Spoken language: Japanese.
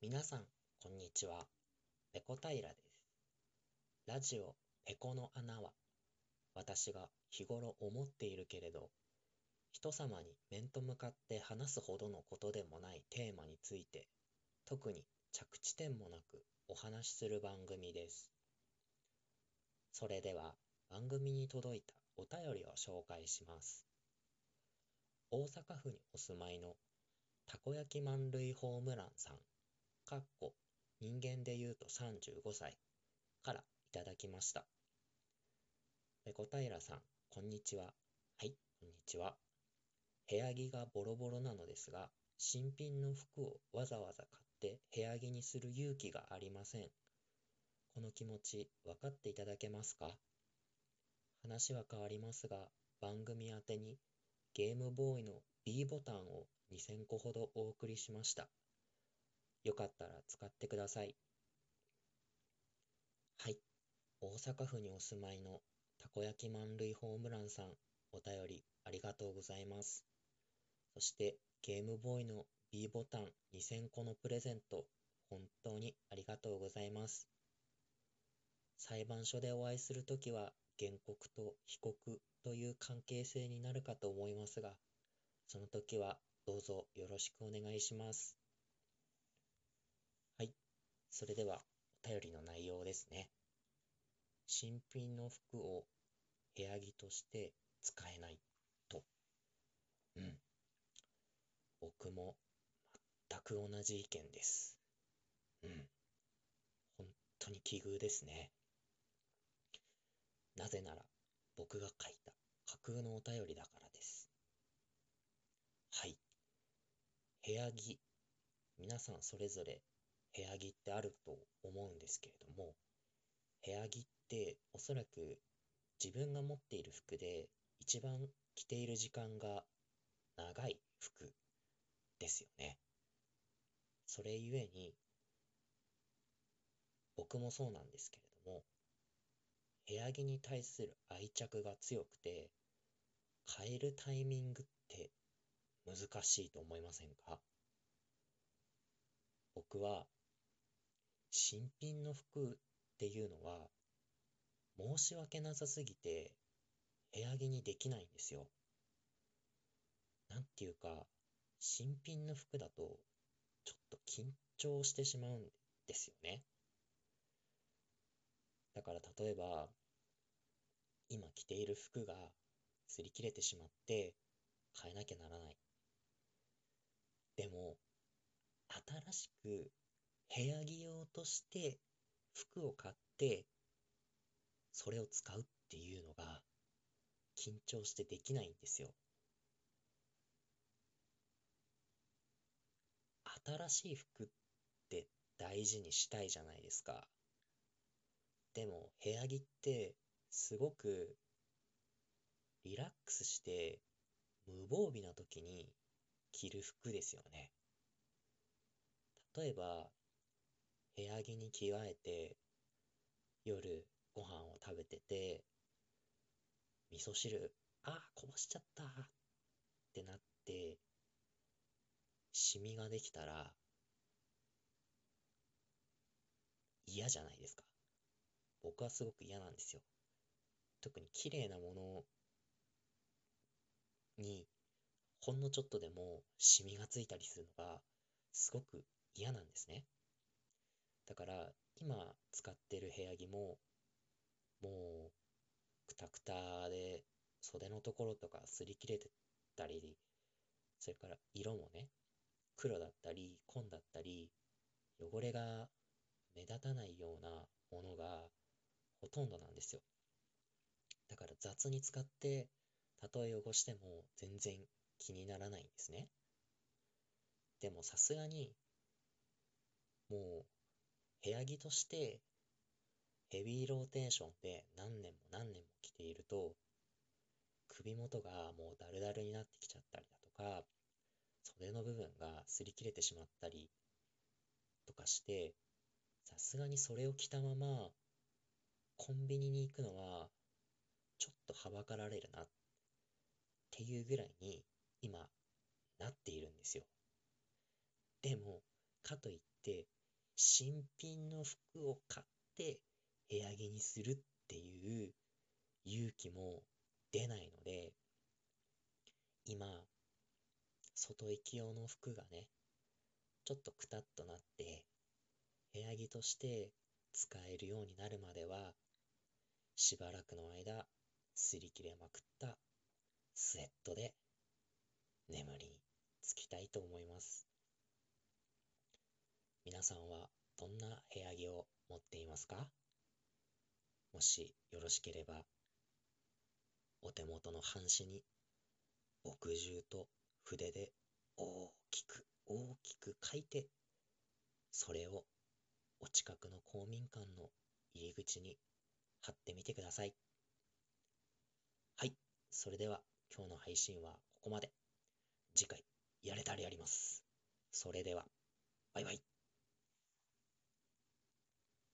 皆さん、こんにちは。ペコ平です。ラジオペコの穴は、私が日頃思っているけれど、人様に面と向かって話すほどのことでもないテーマについて、特に着地点もなくお話しする番組です。それでは、番組に届いたお便りを紹介します。大阪府にお住まいのたこ焼き満塁ホームランさん、人間で言うと35歳からいただきました。ペコ平さん、こんにちは。はい、こんにちは。部屋着がボロボロなのですが、新品の服をわざわざ買って部屋着にする勇気がありません。この気持ち、分かっていただけますか？話は変わりますが、番組宛てにゲームボーイの B ボタンを2000個ほどお送りしました。よかったら使ってください。はい、大阪府にお住まいのたこ焼き満塁ホームランさん、お便りありがとうございます。そしてゲームボーイの B ボタン2000個のプレゼント、本当にありがとうございます。裁判所でお会いするときは原告と被告という関係性になるかと思いますが、その時はどうぞよろしくお願いします。はい、それではお便りの内容ですね。新品の服を部屋着として使えないと。うん、僕も全く同じ意見です。うん、本当に奇遇ですね。なぜなら僕が書いた架空のお便りだからです。はい。部屋着。皆さんそれぞれ部屋着ってあると思うんですけれども、部屋着っておそらく自分が持っている服で一番着ている時間が長い服ですよね。それゆえに僕もそうなんですけれども、部屋着に対する愛着が強くて、変えるタイミングって難しいと思いませんか？僕は新品の服っていうのは申し訳なさすぎて部屋着にできないんですよ。なんていうか、新品の服だとちょっと緊張してしまうんですよね。だから例えば今着ている服が擦り切れてしまって変えなきゃならない。でも新しく部屋着用として服を買ってそれを使うっていうのが緊張してできないんですよ。新しい服って大事にしたいじゃないですか。でも部屋着ってすごくリラックスして無防備な時に着る服ですよね。例えば部屋着に着替えて夜ご飯を食べてて味噌汁こぼしちゃったってなってシミができたら嫌じゃないですか。僕はすごく嫌なんですよ。特に綺麗なものにほんのちょっとでもシミがついたりするのがすごく嫌なんですね。だから今使ってる部屋着ももうクタクタで袖のところとか擦り切れてたり、それから色もね、黒だったり紺だったり汚れが目立たないようなものがほとんどなんですよ。だから雑に使ってたとえ汚しても全然気にならないんですね。でもさすがにもう部屋着としてヘビーローテーションで何年も何年も着ていると首元がもうダルダルになってきちゃったりだとか、袖の部分が擦り切れてしまったりとかして、さすがにそれを着たままコンビニに行くのはちょっとはばかられるなっていうぐらいに今なっているんですよ。でもかといって新品の服を買って部屋着にするっていう勇気も出ないので、今、外行き用の服がね、ちょっとくたっとなって、部屋着として使えるようになるまでは、しばらくの間、擦り切れまくったスウェットで眠りにつきたいと思います。皆さんはどんな部屋着を持っていますか？もしよろしければ、お手元の半紙に墨汁と筆で大きく大きく書いて、それをお近くの公民館の入り口に貼ってみてください。はい、それでは今日の配信はここまで。次回やれたらやります。それでは、バイバイ。